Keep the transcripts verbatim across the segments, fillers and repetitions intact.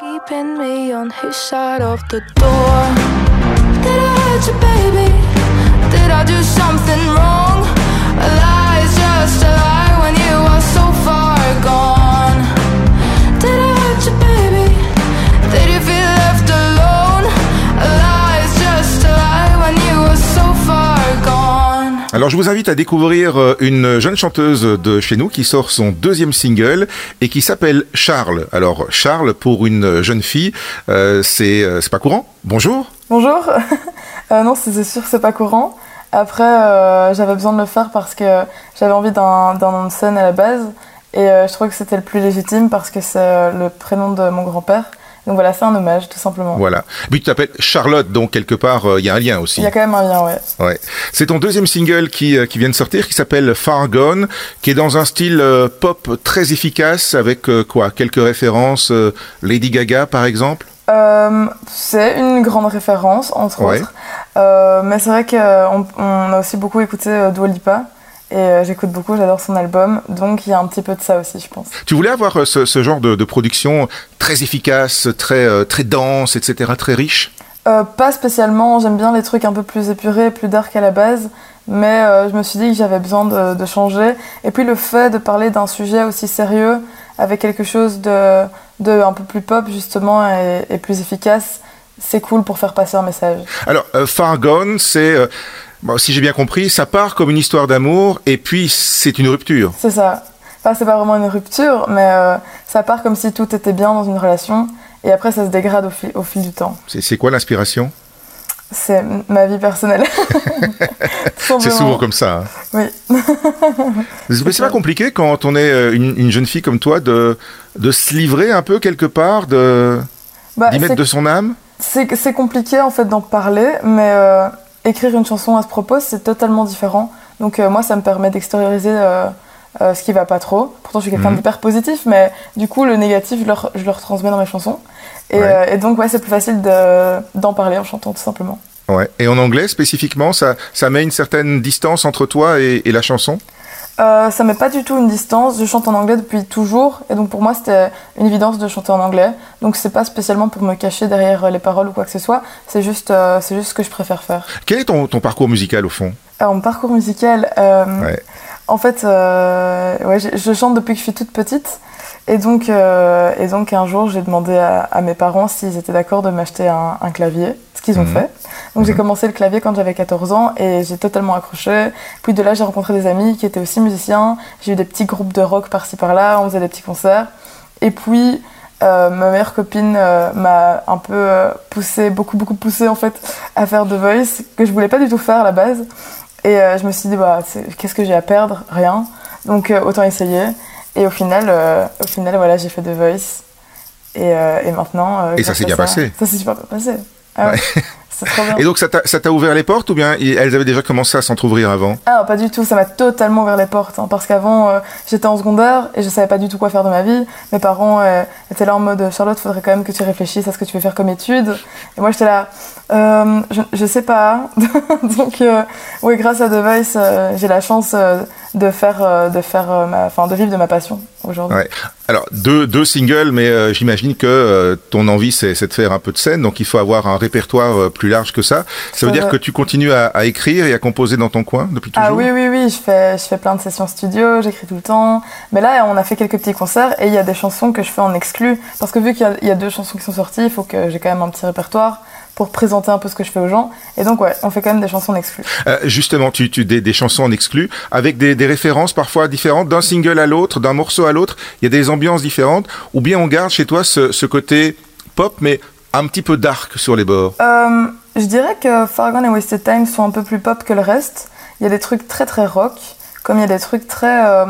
Keeping me on his side of the door. Did I hurt you, baby? Did I do something wrong? A lie is just a lie when you are so far gone. Did I hurt you, baby? Did you feel left alone? A lie is just a lie when you are so far gone. Alors je vous invite à découvrir une jeune chanteuse de chez nous qui sort son deuxième single et qui s'appelle Charles. Alors Charles, pour une jeune fille, euh, c'est, c'est pas courant. Bonjour. Bonjour. euh, non, c'est, c'est sûr que c'est pas courant. Après, euh, j'avais besoin de le faire parce que j'avais envie d'un, d'un nom de scène à la base. Et euh, je trouvais que c'était le plus légitime parce que c'est euh, le prénom de mon grand-père. Donc voilà, c'est un hommage, tout simplement. Voilà. Mais tu t'appelles Charlotte, donc quelque part, il euh, y a un lien aussi. Il y a quand même un lien, ouais. Ouais. C'est ton deuxième single qui, euh, qui vient de sortir, qui s'appelle Far Gone, qui est dans un style euh, pop très efficace, avec euh, quoi, quelques références, euh, Lady Gaga par exemple. Euh, c'est une grande référence, entre Ouais. autres. Euh, mais c'est vrai qu'on on a aussi beaucoup écouté euh, Dua Lipa. Et euh, j'écoute beaucoup, j'adore son album. Donc il y a un petit peu de ça aussi, je pense. Tu voulais avoir euh, ce, ce genre de, de production très efficace, très, euh, très dense, et cetera, très riche? Euh, pas spécialement, j'aime bien les trucs un peu plus épurés, plus dark à la base, mais euh, je me suis dit que j'avais besoin de, de changer. Et puis le fait de parler d'un sujet aussi sérieux, avec quelque chose de, de un peu plus pop justement et, et plus efficace, c'est cool pour faire passer un message. Alors, euh, Far Gone, c'est, euh, bon, si j'ai bien compris, ça part comme une histoire d'amour, et puis c'est une rupture. C'est ça. Enfin, c'est pas vraiment une rupture, mais euh, ça part comme si tout était bien dans une relation, et après ça se dégrade au, fi- au fil du temps. C'est, c'est quoi l'inspiration? C'est m- ma vie personnelle. Tout C'est simplement. souvent comme ça. Hein. Oui. Mais c'est pas compliqué quand on est euh, une, une jeune fille comme toi de, de se livrer un peu quelque part, de, Bah, d'y mettre c'est- de son âme? C'est, c'est compliqué en fait d'en parler, mais euh, écrire une chanson à ce propos, c'est totalement différent. Donc euh, moi, ça me permet d'extérioriser euh, euh, ce qui va pas trop. Pourtant, je suis quelqu'un Mhm. d'hyper positif, mais du coup, le négatif, je le, re- je le retransmets dans mes chansons. Et, Ouais. euh, et donc, ouais, c'est plus facile de, d'en parler en chantant, tout simplement. Ouais. Et en anglais, spécifiquement, ça, ça met une certaine distance entre toi et, et la chanson? Euh, ça met pas du tout une distance. Je chante en anglais depuis toujours, et donc pour moi, c'était une évidence de chanter en anglais. Donc c'est pas spécialement pour me cacher derrière les paroles ou quoi que ce soit. C'est juste, euh, c'est juste ce que je préfère faire. Quel est ton, ton parcours musical au fond? Alors, mon parcours musical, euh, Ouais. en fait, euh, ouais, je, je chante depuis que je suis toute petite. Et donc, euh, et donc un jour, j'ai demandé à, à mes parents s'ils étaient d'accord de m'acheter un, un clavier, ce qu'ils ont Mhm. fait. Donc j'ai commencé le clavier quand j'avais quatorze ans et j'ai totalement accroché. Puis de là, j'ai rencontré des amis qui étaient aussi musiciens. J'ai eu des petits groupes de rock par-ci par-là, on faisait des petits concerts. Et puis, euh, ma meilleure copine euh, m'a un peu euh, poussé, beaucoup beaucoup poussé en fait, à faire The Voice, que je voulais pas du tout faire à la base. Et euh, je me suis dit, bah, c'est- qu'est-ce que j'ai à perdre? Rien. Donc euh, autant essayer. Et au final, euh, au final, voilà, j'ai fait The Voice. Et, euh, et maintenant. euh, Et ça grâce s'est à bien passé. Ça s'est super bien passé. Ah ouais. C'est trop bien. Et donc ça t'a, ça t'a ouvert les portes ou bien elles avaient déjà commencé à s'entrouvrir avant? Ah non, pas du tout, ça m'a totalement ouvert les portes. Hein, parce qu'avant, euh, j'étais en secondaire et je savais pas du tout quoi faire de ma vie. Mes parents euh, étaient là en mode Charlotte, faudrait quand même que tu réfléchisses à ce que tu veux faire comme études. Et moi, j'étais là, euh, je, je sais pas. Donc, euh, oui, grâce à The Voice, euh, j'ai la chance euh, de faire, euh, de faire, euh, ma, enfin, de vivre de ma passion aujourd'hui. Ouais. Alors deux, deux singles, mais euh, j'imagine que euh, ton envie c'est, c'est de faire un peu de scène, donc il faut avoir un répertoire euh, plus large que ça. Ça veut C'est dire vrai. que tu continues à, à écrire et à composer dans ton coin depuis toujours? Ah oui, oui, oui, je fais, je fais plein de sessions studio, j'écris tout le temps. Mais là, on a fait quelques petits concerts et il y a des chansons que je fais en exclu. Parce que vu qu'il y a, il y a deux chansons qui sont sorties, il faut que j'ai quand même un petit répertoire pour présenter un peu ce que je fais aux gens. Et donc, ouais, on fait quand même des chansons en exclu. Euh, justement, tu, tu des, des chansons en exclu, avec des, des références parfois différentes, d'un single à l'autre, d'un morceau à l'autre, il y a des ambiances différentes, ou bien on garde chez toi ce, ce côté pop, mais un petit peu dark sur les bords? Euh, je dirais que Far Gone et Wasted Time sont un peu plus pop que le reste. Il y a des trucs très très rock, comme il y a des trucs très euh,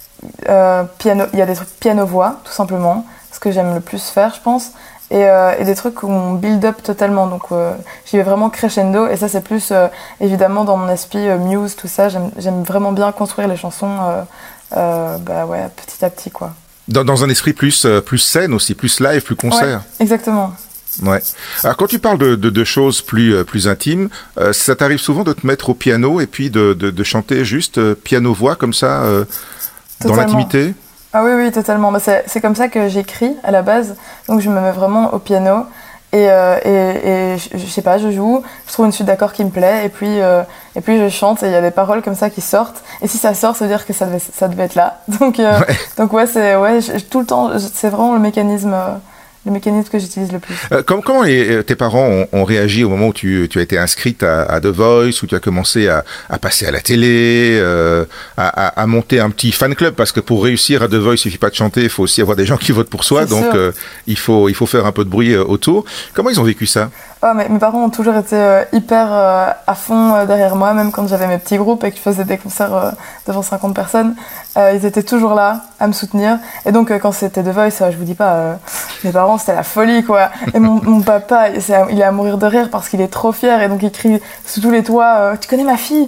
euh, piano, il y a des trucs piano-voix, tout simplement, ce que j'aime le plus faire, je pense. Et, euh, et des trucs où on build up totalement, donc euh, j'y vais vraiment crescendo, et ça c'est plus euh, évidemment dans mon esprit euh, Muse, tout ça, j'aime, j'aime vraiment bien construire les chansons euh, euh, bah ouais, petit à petit quoi. Dans, dans un esprit plus, euh, plus scène aussi, plus live, plus concert. Ouais, exactement. Ouais. Alors quand tu parles de, de, de choses plus, euh, plus intimes, euh, ça t'arrive souvent de te mettre au piano et puis de, de, de chanter juste euh, piano-voix comme ça, euh, dans Totalement. l'intimité? Ah oui, oui, totalement. Bah, c'est, c'est comme ça que j'écris à la base. Donc je me mets vraiment au piano. Et, euh, et, et je, je sais pas, je joue, je trouve une suite d'accords qui me plaît, et puis, euh, et puis je chante, et il y a des paroles comme ça qui sortent. Et si ça sort, ça veut dire que ça devait, ça devait être là. Donc, euh, Ouais. donc ouais, c'est, ouais je, tout le temps, c'est vraiment le mécanisme, euh, le mécanisme que j'utilise le plus. Euh, comment comment les, tes parents ont, ont réagi au moment où tu, tu as été inscrite à, à The Voice, où tu as commencé à, à passer à la télé, euh, à, à, à monter un petit fan club, parce que pour réussir à The Voice, il suffit pas de chanter, il faut aussi avoir des gens qui votent pour soi, C'est donc sûr. euh, il faut il faut faire un peu de bruit euh, autour. Comment ils ont vécu ça? Oh, mais mes parents ont toujours été euh, hyper euh, à fond euh, derrière moi, même quand j'avais mes petits groupes et que je faisais des concerts euh, devant cinquante personnes. Euh, ils étaient toujours là à me soutenir. Et donc, euh, quand c'était The Voice, euh, je vous dis pas, euh, mes parents, c'était la folie, quoi. Et mon, mon papa, c'est à- il est à mourir de rire parce qu'il est trop fier. Et donc, il crie sous tous les toits, euh, tu connais ma fille?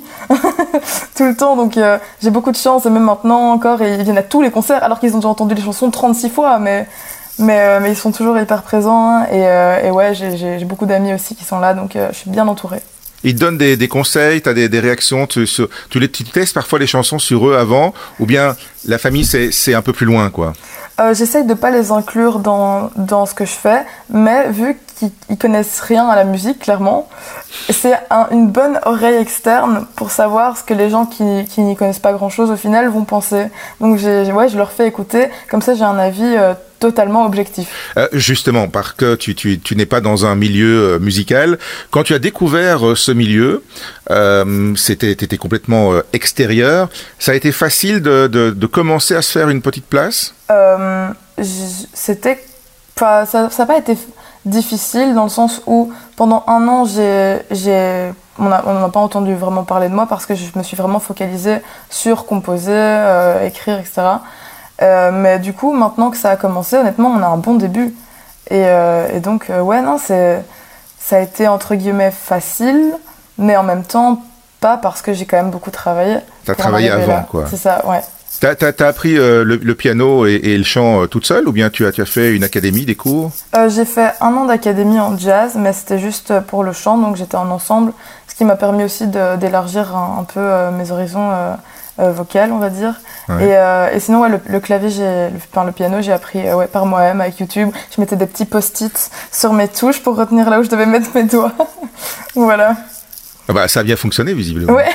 Tout le temps. Donc, euh, j'ai beaucoup de chance. Et même maintenant encore, et ils viennent à tous les concerts, alors qu'ils ont déjà entendu les chansons trente-six fois. Mais... Mais, euh, mais ils sont toujours hyper présents, hein, et, euh, et ouais, j'ai, j'ai, j'ai beaucoup d'amis aussi qui sont là, donc euh, je suis bien entourée. Ils te donnent des, des conseils, tu as des, des réactions, tu, sur- tu, les, tu testes parfois les chansons sur eux avant, ou bien la famille c'est c'est un peu plus loin, quoi. Euh, j'essaye de pas les inclure dans, dans ce que je fais, mais vu qu'ils ils connaissent rien à la musique, clairement, c'est un, une bonne oreille externe pour savoir ce que les gens qui, qui n'y connaissent pas grand-chose au final vont penser. Donc j'ai, ouais, je leur fais écouter, comme ça j'ai un avis euh, totalement objectif. Euh, justement, parce que tu, tu, tu n'es pas dans un milieu euh, musical. Quand tu as découvert euh, ce milieu, euh, c'était t'étais complètement euh, extérieur. Ça a été facile de, de, de commencer à se faire une petite place? Euh, j- c'était pas, ça n'a pas été f- difficile dans le sens où pendant un an j'ai, j'ai, on a- on n'a pas entendu vraiment parler de moi parce que je me suis vraiment focalisée sur composer, euh, écrire, et cetera. Euh, mais du coup, maintenant que ça a commencé, honnêtement, on a un bon début. Et, euh, et donc, euh, ouais, non, c'est, ça a été entre guillemets facile, mais en même temps pas parce que j'ai quand même beaucoup travaillé. T'as pour en travaillé arriver avant, là. quoi. C'est ça, ouais. T'as, t'as, t'as appris euh, le, le piano et, et le chant euh, toute seule, ou bien tu as, tu as fait une académie, des cours? Euh, j'ai fait un an d'académie en jazz, mais c'était juste pour le chant, donc j'étais en ensemble, ce qui m'a permis aussi de, d'élargir un, un peu euh, mes horizons euh, euh, vocales, on va dire. Ouais. Et, euh, et sinon, ouais, le, le clavier, j'ai, le, enfin, le piano, j'ai appris euh, ouais, par moi-même avec YouTube. Je mettais des petits post-it sur mes touches pour retenir là où je devais mettre mes doigts. Voilà. Ah bah, ça a bien fonctionné, visiblement. Ouais.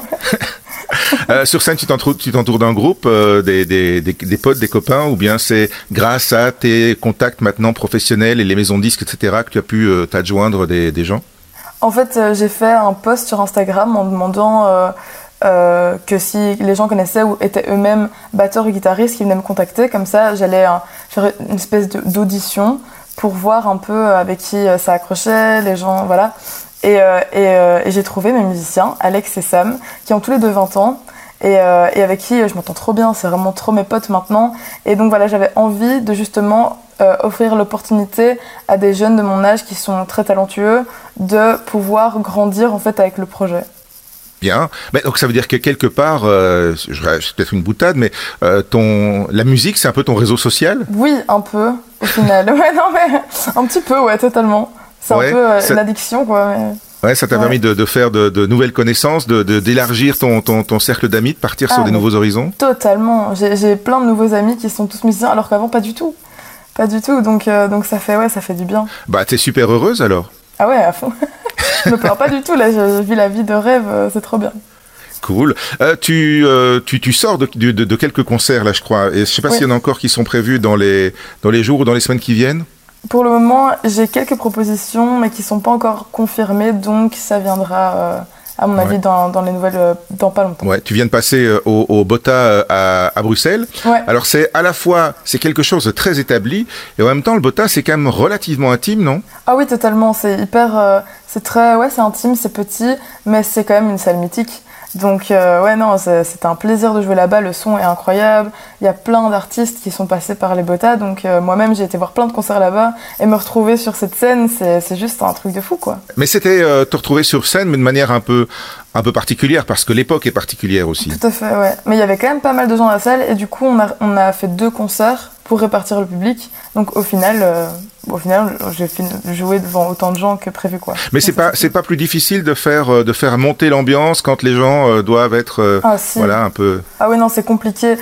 Euh, sur scène, tu t'entoures, tu t'entoures d'un groupe, euh, des, des, des, des potes, des copains, ou bien c'est grâce à tes contacts maintenant professionnels et les maisons de disques, et cetera, que tu as pu euh, t'adjoindre des, des gens? En fait, euh, j'ai fait un post sur Instagram en demandant euh, euh, que si les gens connaissaient ou étaient eux-mêmes batteurs ou guitaristes qui venaient me contacter. Comme ça, j'allais euh, faire une espèce de- d'audition pour voir un peu avec qui euh, ça accrochait, les gens, voilà. Et, euh, et, euh, et j'ai trouvé mes musiciens, Alex et Sam, qui ont tous les deux vingt ans. Et, euh, et avec qui euh, je m'entends trop bien, c'est vraiment trop mes potes maintenant. Et donc voilà, j'avais envie de justement euh, offrir l'opportunité à des jeunes de mon âge qui sont très talentueux de pouvoir grandir en fait avec le projet. Bien. Mais donc ça veut dire que quelque part, euh, je- c'est peut-être une boutade, mais euh, ton, la musique, c'est un peu ton réseau social? Oui, un peu, au final. Ouais, non mais un petit peu, ouais, totalement. C'est Ouais, un peu euh, ça- une addiction, quoi. Mais... Ouais, ça t'a Ouais. permis de, de faire de, de nouvelles connaissances, de, de- d'élargir ton, ton, ton cercle d'amis, de partir Ah, sur des mais- nouveaux horizons. Totalement. J'ai, j'ai plein de nouveaux amis qui sont tous musiciens, alors qu'avant, pas du tout. Pas du tout. Donc, euh, donc ça fait, ouais, ça fait du bien. Bah, t'es super heureuse alors. Ah ouais, à fond. Je me plains pas du tout, là. Je, je vis la vie de rêve, euh, c'est trop bien. Cool. Euh, tu, euh, tu, tu sors de, de, de quelques concerts là, je crois. Et je sais pas Oui. s'il y en a encore qui sont prévus dans les, dans les jours ou dans les semaines qui viennent. Pour le moment, j'ai quelques propositions, mais qui sont pas encore confirmées, donc ça viendra, euh, à mon avis, Ouais. dans, dans les nouvelles, euh, dans pas longtemps. Ouais, tu viens de passer euh, au, au Bota euh, à, à Bruxelles. Ouais. Alors c'est à la fois c'est quelque chose de très établi et en même temps le Bota c'est quand même relativement intime, non? Ah oui, totalement. C'est hyper, euh, c'est très, ouais, c'est intime, c'est petit, mais c'est quand même une salle mythique. Donc euh, ouais, non, c'est, c'était un plaisir de jouer là-bas. Le son est incroyable. Il y a plein d'artistes qui sont passés par les Botas. Donc euh, moi-même, j'ai été voir plein de concerts là-bas et me retrouver sur cette scène, c'est, c'est juste un truc de fou, quoi. Mais c'était euh, te retrouver sur scène mais de manière un peu un peu particulière parce que l'époque est particulière aussi. Tout à fait, ouais. Mais il y avait quand même pas mal de gens dans la salle et du coup, on a, on a fait deux concerts pour répartir le public. Donc au final, euh, au final, j'ai fin- joué devant autant de gens que prévu, quoi. Mais c'est Donc, pas c'était c'est pas plus difficile de faire euh, de faire monter l'ambiance quand les gens euh, doivent être euh, Ah si. voilà un peu. Ah oui, non, c'est compliqué.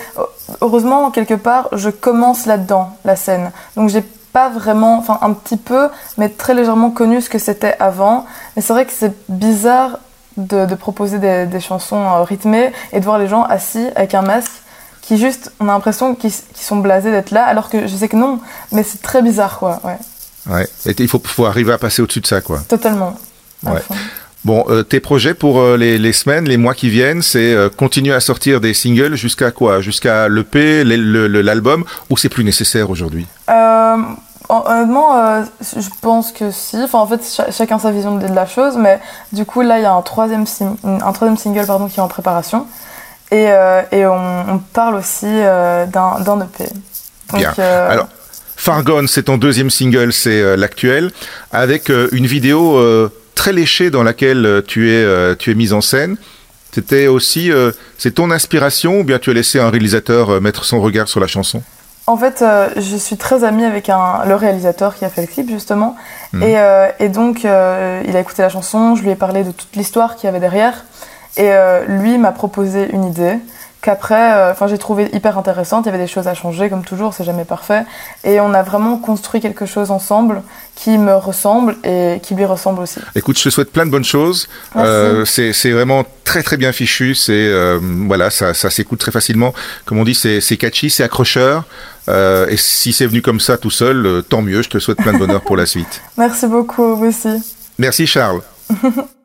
heureusement, quelque part, je commence là-dedans, la scène. Donc j'ai pas vraiment, enfin un petit peu, mais très légèrement connu ce que c'était avant. Mais c'est vrai que c'est bizarre de, de proposer des, des chansons euh, rythmées et de voir les gens assis avec un masque qui juste, on a l'impression qu'ils, qu'ils sont blasés d'être là, alors que je sais que non, mais c'est très bizarre, quoi, ouais. Ouais, et il faut, faut arriver à passer au-dessus de ça, quoi. Totalement. Ouais. Bon, euh, tes projets pour euh, les, les semaines, les mois qui viennent, c'est euh, continuer à sortir des singles jusqu'à quoi? Jusqu'à l'E P, le, le, l'album, ou c'est plus nécessaire aujourd'hui? euh, Honnêtement, euh, je pense que si. Enfin, en fait, ch- chacun sa vision de la chose, mais du coup, là, il y a un troisième, sim- un troisième single pardon, qui est en préparation. Et, euh, et on, on parle aussi euh, d'un, d'un E P. Donc, Bien. Euh... Alors, Far Gone, c'est ton deuxième single, c'est euh, l'actuel, avec euh, une vidéo euh, très léchée dans laquelle euh, tu, es, euh, tu es mise en scène. C'était aussi, euh, c'est ton inspiration ou bien tu as laissé un réalisateur euh, mettre son regard sur la chanson? En fait, euh, je suis très amie avec un, le réalisateur qui a fait le clip, justement. Mmh. Et, euh, et donc, euh, il a écouté la chanson, je lui ai parlé de toute l'histoire qu'il y avait derrière. Et euh, lui m'a proposé une idée qu'après, enfin, euh, j'ai trouvé hyper intéressante. Il y avait des choses à changer, comme toujours, c'est jamais parfait. Et on a vraiment construit quelque chose ensemble qui me ressemble et qui lui ressemble aussi. Écoute, je te souhaite plein de bonnes choses. Euh, c'est, c'est vraiment très très bien fichu. C'est euh, voilà, ça, ça s'écoute très facilement. Comme on dit, c'est, c'est catchy, c'est accrocheur. Euh, et si c'est venu comme ça tout seul, euh, tant mieux. Je te souhaite plein de bonheur pour la suite. Merci beaucoup, vous aussi. Merci Charles.